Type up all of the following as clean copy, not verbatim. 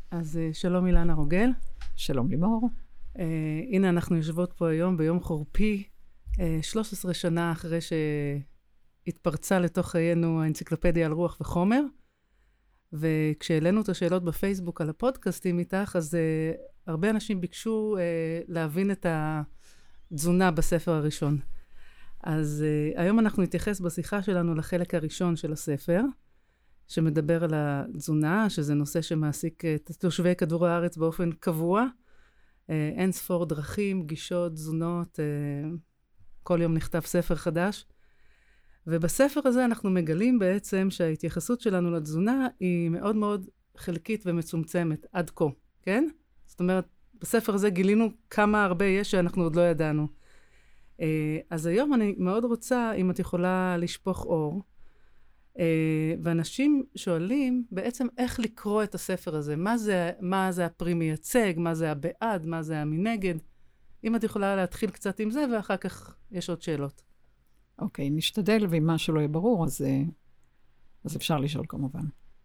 אז שלום אילנה רוגל. שלום לימור. הנה אנחנו יושבות פה היום ביום חורפי, 13 שנה אחרי שהתפרצה לתוך חיינו האנציקלופדיה על רוח וחומר, וכשהעלינו את השאלות בפייסבוק על הפודקאסטים איתך, אז הרבה אנשים ביקשו להבין את התזונה בספר הראשון. אז היום אנחנו נתייחס בשיחה שלנו לחלק הראשון של הספר, שמדבר על התזונה, שזה נושא שמעסיק את תושבי כדור הארץ באופן קבוע. אין ספור דרכים, גישות, תזונות, כל יום נכתב ספר חדש. ובספר הזה אנחנו מגלים בעצם שההתייחסות שלנו לתזונה היא מאוד מאוד חלקית ומצומצמת עד כה, כן? זאת אומרת, בספר הזה גילינו כמה הרבה יש שאנחנו עוד לא ידענו. אז היום אני מאוד רוצה, אם את יכולה לשפוך אור, ואנשים שואלים בעצם איך לקרוא את הספר הזה, מה זה הפרי מייצג, מה זה הבעד, מה זה המנגד. אם את יכולה להתחיל קצת עם זה, ואחר כך יש עוד שאלות. אוקיי, נשתדל, ואם משהו לא יהיה ברור, אז אפשר לשאול כמובן.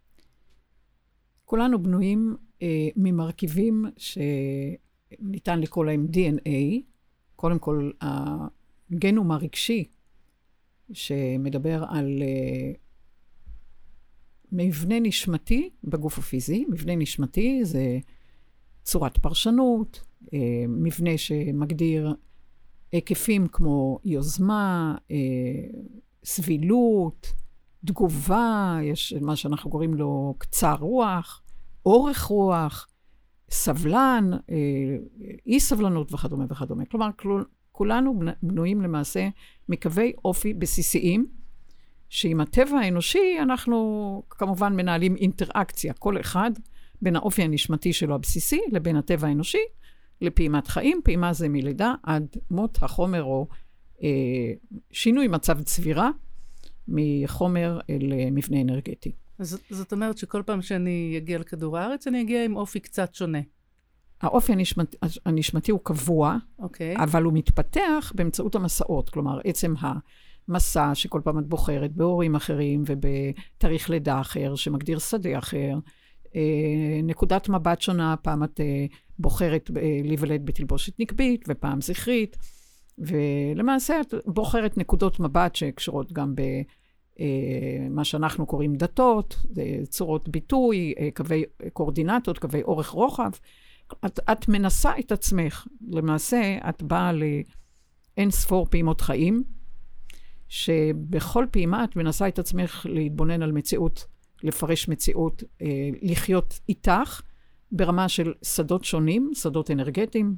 כולנו בנויים ממרכיבים שניתן לקרוא להם DNA, קודם כל הגנום הרגשי, שמדבר על מבנה נשמתי בגוף הפיזי. מבנה נשמתי זה צורת פרשנות, מבנה שמגדיר היקפים כמו יוזמה, סבילות, תגובה, יש מה שאנחנו קוראים לו קצר רוח, אורך רוח, סבלן, אי סבלנות וכדומה וכדומה. כלומר, כולנו בנויים למעשה מקווי אופי בסיסיים, שעם הטבע האנושי אנחנו כמובן מנהלים אינטראקציה, כל אחד בין האופי הנשמתי שלו הבסיסי לבין הטבע האנושי, לפעימת חיים. פעימה זה מלידה עד מות החומר או שינוי מצב צבירה מחומר אל מבנה אנרגטי. אז זאת אומרת שכל פעם שאני אגיע לכדור הארץ, אני אגיע עם אופי קצת שונה. האופי הנשמתי הוא קבוע, אבל הוא מתפתח באמצעות המסעות. כלומר, עצם המסע שכל פעם את בוחרת בהורים אחרים ובתאריך לידה אחר, שמגדיר שדה אחר, נקודת מבט שונה, פעם את בוחרת להיוולד בתלבושת נקבית ופעם זכרית, ולמעשה את בוחרת נקודות מבט שקשורות גם במה שאנחנו קוראים דתות, צורות ביטוי, קווי קורדינטות, קווי אורך רוחב. את מנסה את עצמך, למעשה את באה לאין ספור פעימות חיים, שבכל פעימה את מנסה את עצמך להתבונן על מציאות, לפרש מציאות, לחיות איתך ברמה של שדות שונים, שדות אנרגטיים,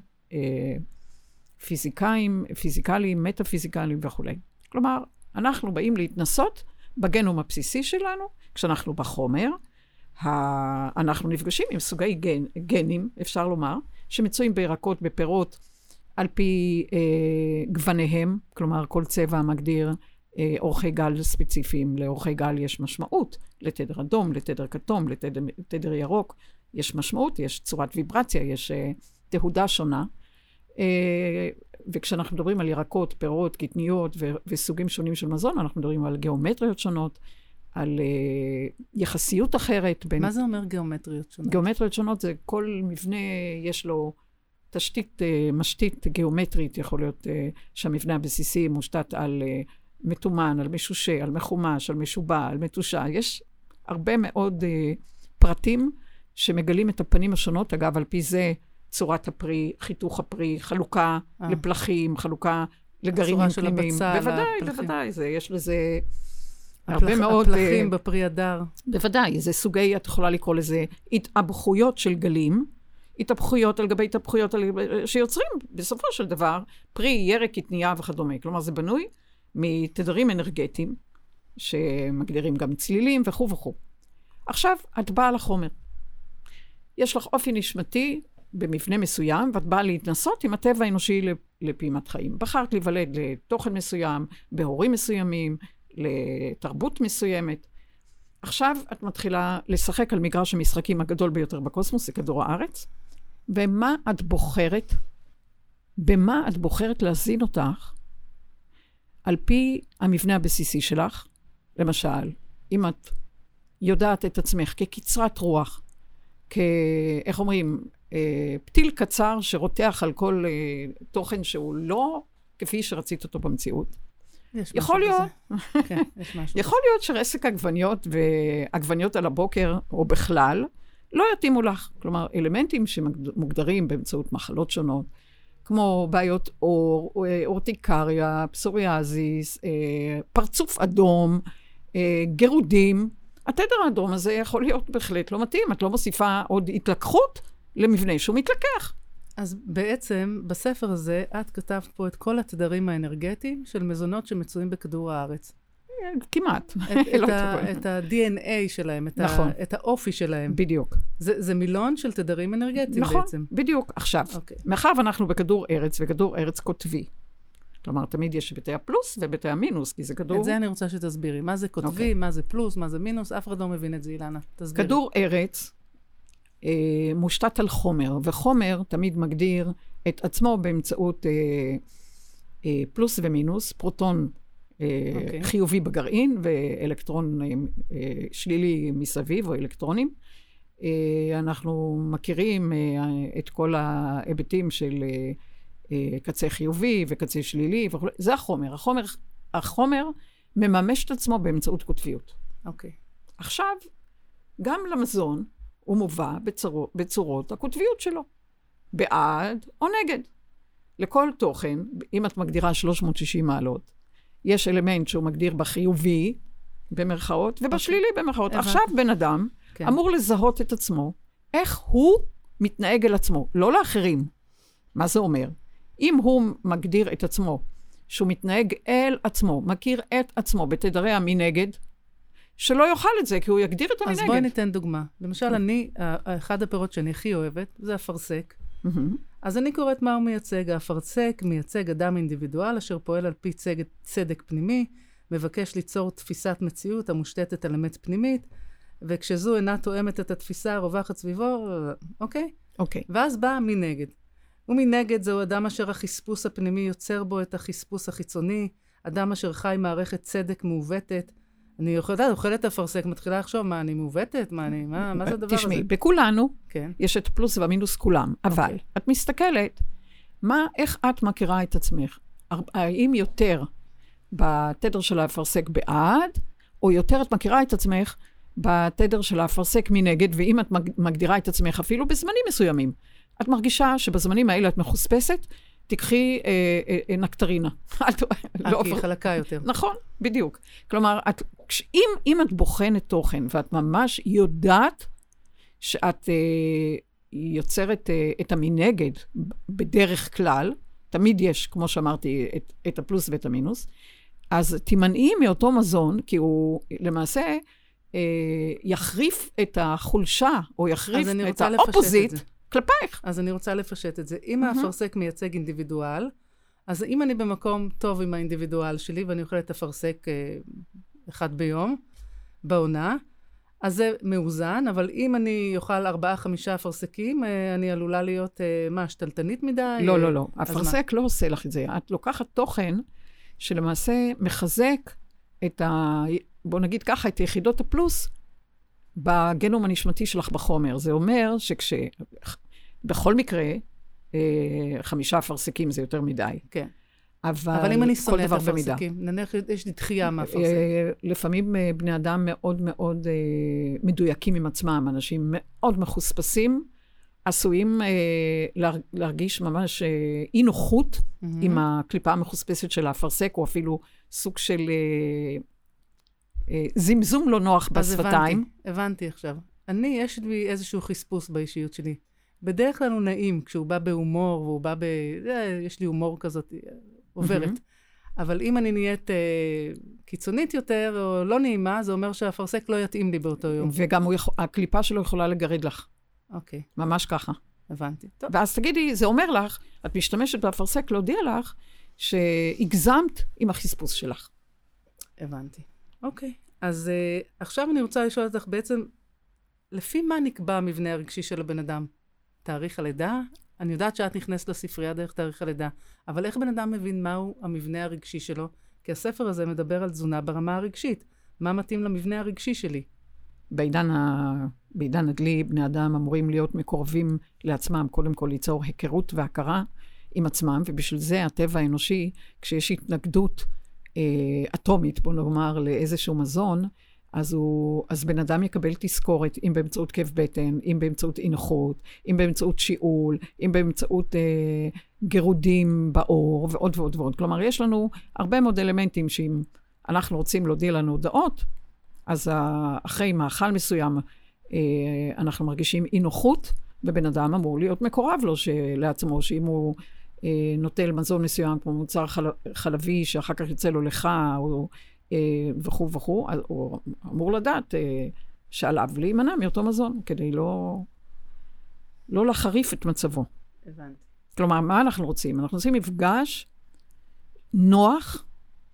פיזיקליים, מטאפיזיקליים וכו'. כלומר, אנחנו באים להתנסות בגנום הבסיסי שלנו, כשאנחנו בחומר, אנחנו נפגשים עם סוגי גנים, אפשר לומר, שמצויים בירקות, בפירות, על פי גווניהם, כלומר כל צבע מגדיר אורכי גל ספציפיים. לאורכי גל יש משמעות, לתדר אדום, לתדר כתום, לתדר ירוק, יש משמעות, יש צורת ויברציה, יש תהודה שונה. וכשאנחנו מדברים על ירקות, פירות, קטניות וסוגים שונים של מזון, אנחנו מדברים על גיאומטריות שונות, על יחסיות אחרת. מה זה אומר גיאומטריות שונות? גיאומטריות שונות זה כל מבנה יש לו משתית גיאומטרית, יכול להיות שהמבנה הבסיסי מושתת על מתומן, על משושה, על מחומש, על משובע, על מתושה. יש הרבה מאוד פרטים שמגלים את הפנים השונות. אגב, על פי זה צורת הפרי, חיתוך הפרי, חלוקה לפלחים, חלוקה לגרעינים פנימיים. בוודאי, יש לזה הרבה מאוד הפלחים בפרי הדר. בוודאי, זה סוגי, את יכולה לקרוא לזה התאבחויות של גלים, התאבחויות על גבי התאבחויות שיוצרים בסופו של דבר פרי, ירק, קטנייה וכדומה. כלומר, זה בנוי מתדרים אנרגטיים שמגדירים גם צלילים וכו' וכו'. עכשיו, את באה לחומר. יש לך אופי נשמתי במבנה מסוים, ואת באה להתנסות עם הטבע האנושי לפעימת חיים. בחרת להיוולד לתוכן מסוים, בהורים מסוימים, לתרבות מסוימת. עכשיו את מתחילה לשחק על מגרש המשחקים הגדול ביותר בקוסמוס, זה כדור הארץ, ומה את בוחרת, במה את בוחרת להזין אותך, על פי המבנה הבסיסי שלך. למשל, אם את יודעת את עצמך כקצרת רוח, איך אומרים, פתיל קצר שרותח על כל תוכן שהוא לא כפי שרצית אותו במציאות. יכול להיות, כן, יש משהו. יכול להיות שרסק עגבניות ועגבניות על הבוקר, או בכלל, לא יתאימו לך. כלומר, אלמנטים שמוגדרים באמצעות מחלות שונות, כמו בעיות אור, אורטיקריה, פסוריאזיס, פרצוף אדום, גירודים. התדר האדום הזה יכול להיות בהחלט לא מתאים. את לא מוסיפה עוד התלקחות למבנה שהוא מתלקח. אז בעצם, בספר הזה, את כתבת פה את כל התדרים האנרגטיים של מזונות שמצויים בכדור הארץ. כמעט. את ה-DNA שלהם, את האופי שלהם. בדיוק. זה מילון של תדרים אנרגטיים בעצם. נכון, בדיוק. עכשיו, מאחר ואנחנו בכדור ארץ, וכדור ארץ קוטבי. כלומר, תמיד יש ביתי הפלוס וביתי המינוס, כי זה כדור... את זה אני רוצה שתסבירי. מה זה קוטבי, מה זה פלוס, מה זה מינוס, אף אחד לא מבין את זה, אילנה. תסבירי. כדור ארץ מושתת על חומר, וחומר תמיד מגדיר את עצמו באמצעות פלוס ומינוס, פרוטון חיובי בגרעין, ואלקטרון שלילי מסביב, או אלקטרונים. אנחנו מכירים את כל ההיבטים של קצה חיובי וקצה שלילי, זה החומר. החומר מממש את עצמו באמצעות קוטביות. אוקיי. עכשיו, גם למזון הוא מובא בצורות הקוטביות שלו, בעד או נגד. לכל תוכן, אם את מגדירה 360 מעלות, יש אלמנט שהוא מגדיר בחיובי, במרכאות, ובשלילי במרכאות. עכשיו בן אדם אמור לזהות את עצמו, איך הוא מתנהג אל עצמו, לא לאחרים. מה זה אומר? אם הוא מגדיר את עצמו, שהוא מתנהג אל עצמו, מכיר את עצמו בתדרי המנגד, שלא יאכל את זה, כי הוא יגדיר את המנגד. אז בואי ניתן דוגמה. למשל, אחד הפירות שאני הכי אוהבת, זה הפרסק. אז אני קוראת מה הוא מייצג. הפרסק מייצג אדם אינדיבידואל, אשר פועל על פי צדק פנימי, מבקש ליצור תפיסת מציאות המושתתת על אמת פנימית, וכשזו אינה תואמת את התפיסה הרווחת סביבו, אוקיי? אוקיי. ואז בא מנגד. ומנגד זהו אדם אשר החספוס הפנימי יוצר בו את החספוס החיצוני, אדם אשר חי מערכת צדק מעוותת. אני אוכלת אפרסק, מתחילה לחשוב מה אני מעוותת, מה זה הדבר הזה? תשמעי, בכולנו יש את פלוס והמינוס כולם, אבל את מסתכלת, איך את מכירה את עצמך? האם יותר בתדר של האפרסק בעד, או יותר את מכירה את עצמך בתדר של האפרסק מנגד, ואם את מגדירה את עצמך אפילו בזמנים מסוימים, את מרגישה שבזמנים האלה את מחוספסת, תקחי נקטרינה. כי חלקה יותר. נכון, בדיוק. כלומר, אם את בוחנת תוכן, ואת ממש יודעת שאת יוצרת את המנגד בדרך כלל, תמיד יש, כמו שאמרתי, את הפלוס ואת המינוס, אז תימנעי מאותו מזון, כי הוא למעשה יחריף את החולשה, או יחריף את האופוזיט, כלפייך. אז אני רוצה לפשט את זה. אם האפרסק מייצג אינדיבידואל, אז אם אני במקום טוב עם האינדיבידואל שלי, ואני אוכלת אפרסק אחד ביום, בעונה, אז זה מאוזן, אבל אם אני אוכל 4-5 אפרסקים, אני עלולה להיות, שתלטנית מדי? לא. אפרסק לא עושה לך את זה. את לוקחת תוכן שלמעשה מחזק בוא נגיד ככה, את יחידות הפלוס, בגנום הנשמתי שלך בחומר. זה אומר בכל מקרה, 5 אפרסקים זה יותר מדי. כן. אבל אם אני שונא את אפרסקים, נניח יש לי דחייה מהאפרסק. לפעמים בני אדם מאוד מאוד מדויקים עם עצמם, אנשים מאוד מחוספסים, עשויים להרגיש ממש אי נוחות עם הקליפה המחוספסת של האפרסק, או אפילו סוג של זמזום לא נוח בשפתיים. הבנתי עכשיו. יש לי איזשהו חספוס באישיות שלי. בדרך כלל הוא נעים, כשהוא בא בהומור, והוא בא יש לי הומור כזאת, עוברת. אבל אם אני נהיית קיצונית יותר, או לא נעימה, זה אומר שהאפרסק לא יתאים לי באותו יום. וגם הקליפה שלו יכולה לגרד לך. אוקיי. ממש ככה. הבנתי. טוב. ואז תגידי, זה אומר לך, את משתמשת באפרסק להודיע לך, שהגזמת עם החספוס שלך. הבנתי. אוקיי. אז עכשיו אני רוצה לשאול אותך בעצם, לפי מה נקבע המבנה הרגשי של הבן אדם? תאריך הלידה? אני יודעת שאת נכנסת לספרייה דרך תאריך הלידה, אבל איך בן אדם מבין מהו המבנה הרגשי שלו? כי הספר הזה מדבר על תזונה ברמה הרגשית. מה מתאים למבנה הרגשי שלי? בעידן בעידן הדלי, בני אדם אמורים להיות מקורבים לעצמם, קודם כל ליצור היכרות והכרה עם עצמם, ובשביל זה הטבע האנושי, כשיש התנגדות אטומית, בוא נאמר, לאיזשהו מזון, אז בן אדם יקבל תזכורת, אם באמצעות כאב בטן, אם באמצעות אי-נוחות, אם באמצעות שיעול, אם באמצעות גירודים באור, ועוד ועוד ועוד. כלומר, יש לנו הרבה מאוד אלמנטים שאם אנחנו רוצים להודיע לנו הודעות, אז אחרי מאכל מסוים, אנחנו מרגישים אי-נוחות, ובן אדם אמור להיות מקורב לו לעצמו, שאם הוא נוטל מזון מסוים, כמו מוצר חלבי, שאחר כך יצא לו לך, או וכו' וכו', הוא אמור לדעת שעליו להימנע מאותו מזון, כדי לא לחריף את מצבו. הבנתי. כלומר, מה אנחנו רוצים? אנחנו רוצים מפגש נוח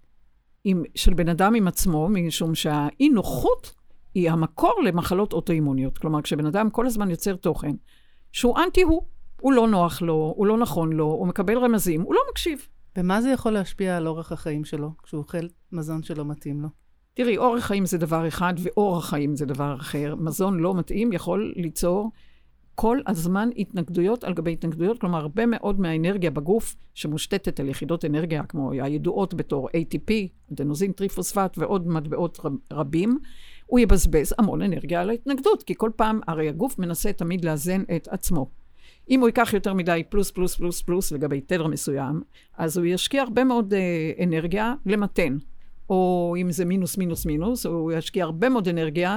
של בן אדם עם עצמו, משום שהאי-נוחות היא המקור למחלות אוטואימוניות. כלומר, כשבן אדם כל הזמן יוצר תוכן, שהוא הוא לא נוח לו, הוא לא נכון לו, הוא מקבל רמזים, הוא לא מקשיב. ומה זה יכול להשפיע על אורח החיים שלו, כשהוא אוכל מזון שלא מתאים לו? תראי, אורח חיים זה דבר אחד, ואורח חיים זה דבר אחר. מזון לא מתאים יכול ליצור כל הזמן התנגדויות על גבי התנגדויות, כלומר, הרבה מאוד מהאנרגיה בגוף, שמושתתת על יחידות אנרגיה, כמו הידועות בתור ATP, אדנוזין טריפוספט ועוד מטבעות רבים, הוא יבזבז המון אנרגיה על ההתנגדות, כי כל פעם, הרי הגוף מנסה תמיד לאזן את עצמו. אם הוא ייקח יותר מדי פלוס פלוס פלוס פלוס לגבי תדר מסוים, אז הוא ישקיע הרבה מאוד אנרגיה למתן. או אם זה מינוס מינוס מינוס, הוא ישקיע הרבה מאוד אנרגיה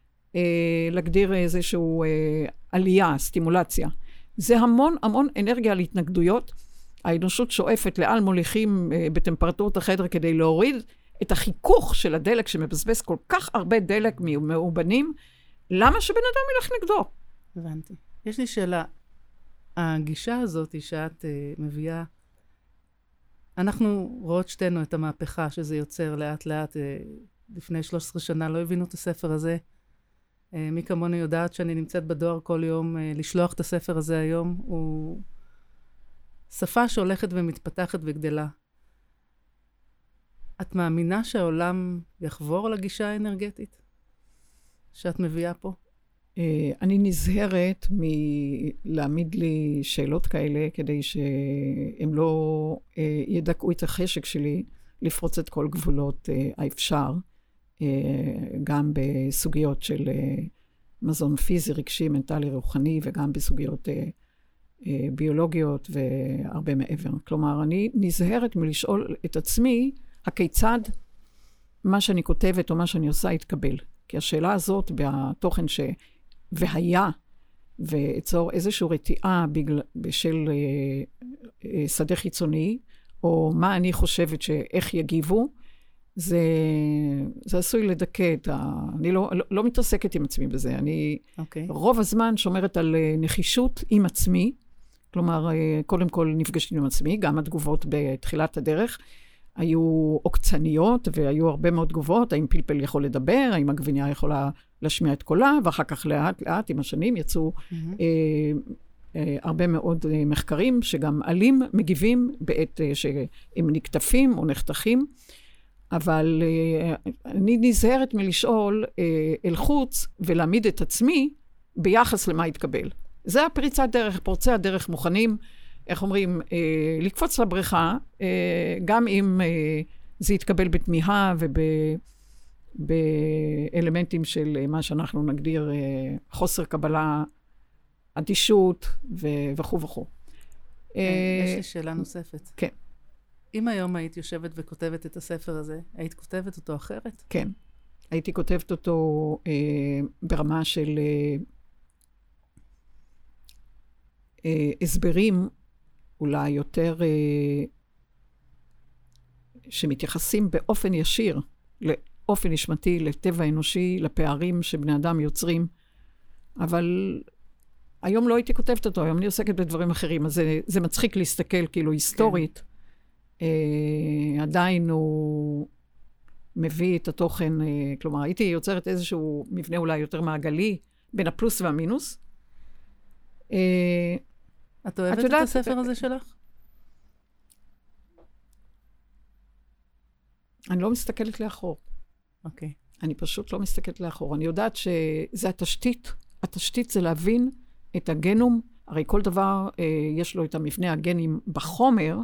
להגדיר איזשהו עלייה, סטימולציה. זה המון המון אנרגיה על התנגדויות. האנושות שואפת לעל מוליכים בטמפרטורת החדר כדי להוריד את החיכוך של הדלק שמבזבז כל כך הרבה דלק מאובנים. למה שבן אדם ילך נגדו? הבנתי. יש לי שאלה. הגישה הזאת שאת מביאה, אנחנו רואות שתינו את המהפכה שזה יוצר לאט לאט. לפני 13 שנה לא הבינו את הספר הזה. מי כמוני יודעת שאני נמצאת בדואר כל יום, לשלוח את הספר הזה היום, הוא שפה שהולכת ומתפתחת וגדלה. את מאמינה שהעולם יחבור לגישה האנרגטית שאת מביאה פה? אני נזהרת מלהעמיד לי שאלות כאלה, כדי שהם לא ידכאו את החשק שלי לפרוץ את כל גבולות האפשר, גם בסוגיות של מזון פיזי, רגשי, מנטלי, רוחני, וגם בסוגיות ביולוגיות והרבה מעבר. כלומר, אני נזהרת מלשאול את עצמי, הכיצד מה שאני כותבת או מה שאני עושה יתקבל. כי השאלה הזאת בתוכן והיה, ואצור איזושהי רתיעה בשל שדה חיצוני, או מה אני חושבת שאיך יגיבו, זה עשוי לדכא אני לא מתעסקת עם עצמי בזה. אני רוב הזמן שומרת על נחישות עם עצמי, כלומר, קודם כל נפגשתי עם עצמי, גם התגובות בתחילת הדרך, היו עוקצניות, והיו הרבה מאוד תגובות, האם פלפל יכול לדבר, האם הגבינה יכולה להשמיע את קולה, ואחר כך לאט לאט עם השנים יצאו הרבה מאוד מחקרים, שגם עלים מגיבים בעת שהם נקטפים או נחתכים, אבל אני נזהרת מלשאול אל חוץ, ולהעמיד את עצמי ביחס למה יתקבל. זה הפריצת דרך, פורצי הדרך מוכנים, איך אומרים, לקפוץ לבריכה, גם אם זה יתקבל בתמיהה ובאלמנטים של מה שאנחנו נגדיר חוסר קבלה, אדישות וכו' וכו'. יש לי שאלה נוספת. כן. אם היום היית יושבת וכותבת את הספר הזה, היית כותבת אותו אחרת? כן. הייתי כותבת אותו ברמה של הסברים, אולי יותר שמתייחסים באופן ישיר, לאופן נשמתי, לטבע אנושי, לפערים שבני אדם יוצרים. אבל היום לא הייתי כותבת אותו, היום אני עוסקת בדברים אחרים, אז זה מצחיק להסתכל כאילו היסטורית. עדיין הוא מביא את התוכן, כלומר, הייתי יוצרת איזשהו מבנה אולי יותר מעגלי, בין הפלוס והמינוס. את אוהבת את הספר הזה שלך? אני לא מסתכלת לאחור. אוקיי. אני פשוט לא מסתכלת לאחור. אני יודעת שזה התשתית התשתית זה להבין את הגנום, הרי כל דבר יש לו את המבנה הגנים בחומר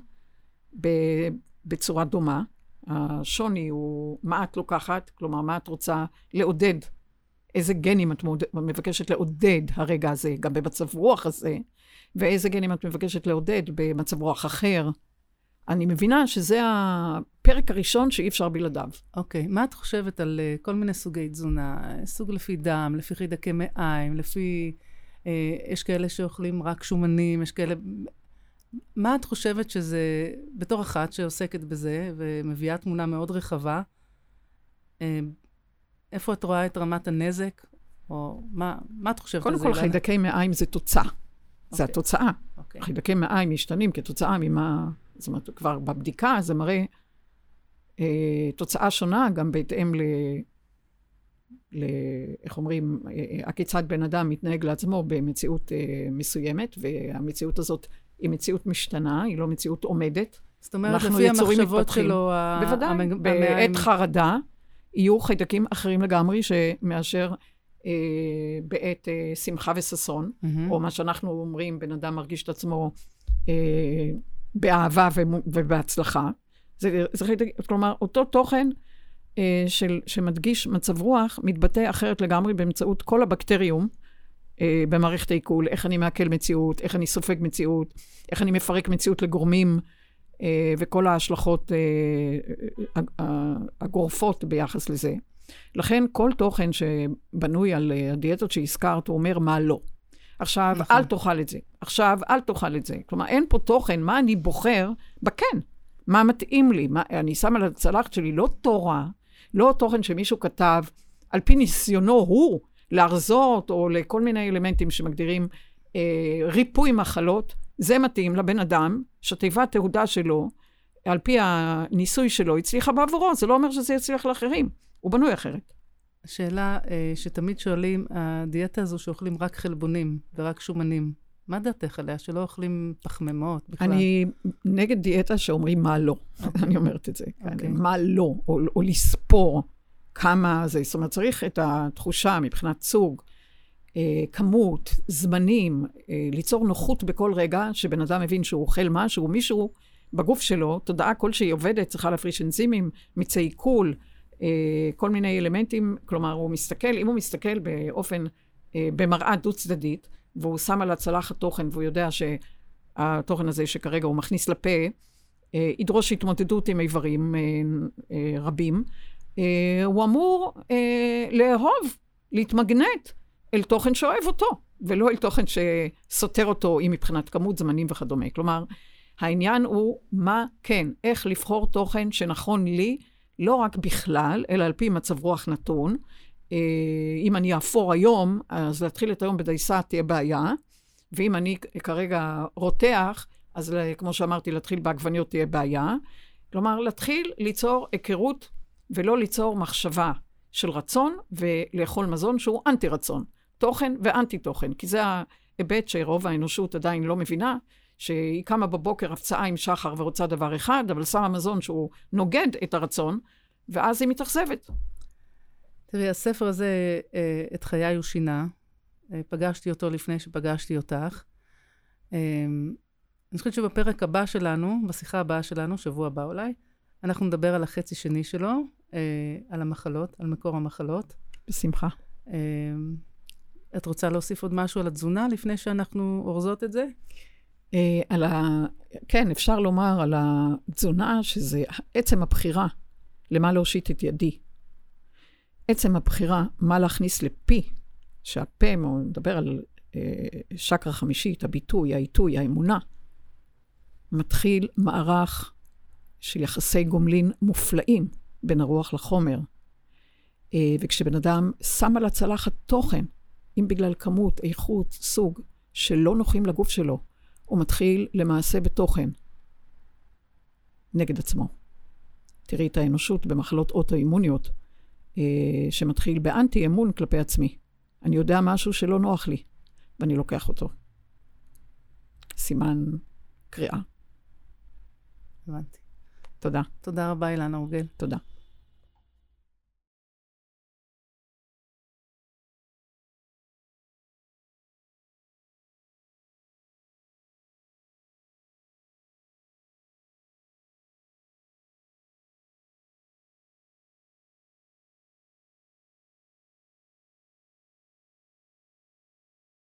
בצורה דומה. השוני הוא מה את לוקחת, כלומר מה את רוצה לעודד, איזה גנים את מבקשת לעודד הרגע הזה, גם במצב רוח הזה, ואיזה גנים את מבקשת לעודד במצב רוח אחר. אני מבינה שזה הפרק הראשון שאי אפשר בלעדיו. אוקיי, מה את חושבת על כל מיני סוגי תזונה? סוג לפי דם, לפי חידקי מעיים, לפי... יש כאלה שאוכלים רק שומנים, יש כאלה... מה את חושבת שזה, בתור אחת שעוסקת בזה, ומביאה תמונה מאוד רחבה, איפה את רואה את רמת הנזק? או מה את חושבת על זה? קודם כל, חידקי מעיים זה תוצאה. זה התוצאה. חידקי מעיים משתנים כתוצאה ממה... זאת אומרת, כבר בבדיקה זה מראה תוצאה שונה, גם בהתאם איך אומרים, הכיצד בן אדם מתנהג לעצמו במציאות מסוימת, והמציאות הזאת היא מציאות משתנה, היא לא מציאות עומדת. זאת אומרת, לפי המחשבות שלו, בוודאי, בעת חרדה, יהיו חיידקים אחרים לגמרי, שמאשר בעת שמחה וששון, או מה שאנחנו אומרים, בן אדם מרגיש את עצמו באהבה ובהצלחה. כלומר, אותו תוכן שמדגיש מצב רוח, מתבטא אחרת לגמרי באמצעות כל הבקטריום במערכת העיכול, איך אני מעכל מציאות, איך אני סופג מציאות, איך אני מפרק מציאות לגורמים, וכל ההשלכות הגורפות ביחס לזה. לכן כל תוכן שבנוי על הדיאטות שהזכרת, הוא אומר מה לא. עכשיו, אל תאכל את זה. עכשיו, אל תאכל את זה. כלומר, אין פה תוכן, מה אני בוחר בכן. מה מתאים לי? אני שם על הצלחת שלי לא תורה, לא תוכן שמישהו כתב, על פי ניסיונו הוא, להרזות, או לכל מיני אלמנטים שמגדירים ריפוי מחלות, זה מתאים לבן אדם, שתיבת תהודה שלו, על פי הניסוי שלו, הצליחה בעבורו, זה לא אומר שזה יצליח לאחרים, הוא בנוי אחרת. השאלה שתמיד שואלים, הדיאטה הזו שאוכלים רק חלבונים ורק שומנים, מה דעתך עליה? שלא אוכלים פחמימות בכלל? אני נגד דיאטה שאומרים מה לא. אני אומרת את זה. מה לא, או לספור כמה זה. זאת אומרת, צריך את התחושה מבחינת סוג, כמות, זמנים, ליצור נוחות בכל רגע, שבן אדם מבין שהוא אוכל משהו, מישהו בגוף שלו, תודעה כלשהי עובדת, צריכה להפריש אנזימים, מיצי עיכול, כל מיני אלמנטים, כלומר, הוא מסתכל, אם הוא מסתכל באופן, במראה דו צדדית, והוא שם על הצלחת תוכן, והוא יודע שהתוכן הזה שכרגע הוא מכניס לפה, ידרוש התמודדות עם איברים רבים, הוא אמור לאהוב, להתמגנט אל תוכן שאוהב אותו, ולא אל תוכן שסותר אותו עם מבחינת כמות זמנים וכדומה. כלומר, העניין הוא מה כן, איך לבחור תוכן שנכון לי, לא רק בכלל, אלא על פי מצב רוח נתון. אם אני אפור היום, אז להתחיל את היום בדייסה תהיה בעיה, ואם אני כרגע רותח, אז כמו שאמרתי, להתחיל בעגבניות תהיה בעיה. כלומר, להתחיל ליצור היכרות, ולא ליצור מחשבה של רצון, ולאכול מזון שהוא אנטי רצון. תוכן ואנטי תוכן, כי זה ההיבט שרוב האנושות עדיין לא מבינה, שהיא קמה בבוקר הפצעה עם שחר ורוצה דבר אחד, אבל שמה מזון שהוא נוגד את הרצון, ואז היא מתאכזבת. תראי, הספר הזה, את חיי הוא שינה. פגשתי אותו לפני שפגשתי אותך. אני חושבת שבפרק הבא שלנו, בשיחה הבאה שלנו, שבוע הבא אולי, אנחנו נדבר על החצי שני שלו, על המחלות, על מקור המחלות. בשמחה. את רוצה להוסיף עוד משהו על התזונה לפני שאנחנו אורזות את זה? כן, אפשר לומר על התזונה שזה עצם הבחירה למה להושיט את ידי. עצם הבחירה מה להכניס לפי, שהפה, מדבר על שקרה חמישית, הביטוי, העיתוי, האמונה, מתחיל מערך של יחסי גומלין מופלאים בין הרוח לחומר. וכשבן אדם שם על הצלחת תוכן, אם בגלל כמות, איכות, סוג, שלא נוחים לגוף שלו, הוא מתחיל למעשה בתוכן נגד עצמו. תראי את האנושות במחלות אוטואימוניות, שמתחיל באנטי אמון כלפי עצמי. אני יודע משהו שלא נוח לי, ואני לוקח אותו. סימן קריאה. הבנתי. תודה. תודה רבה, אילנה אורגל. תודה.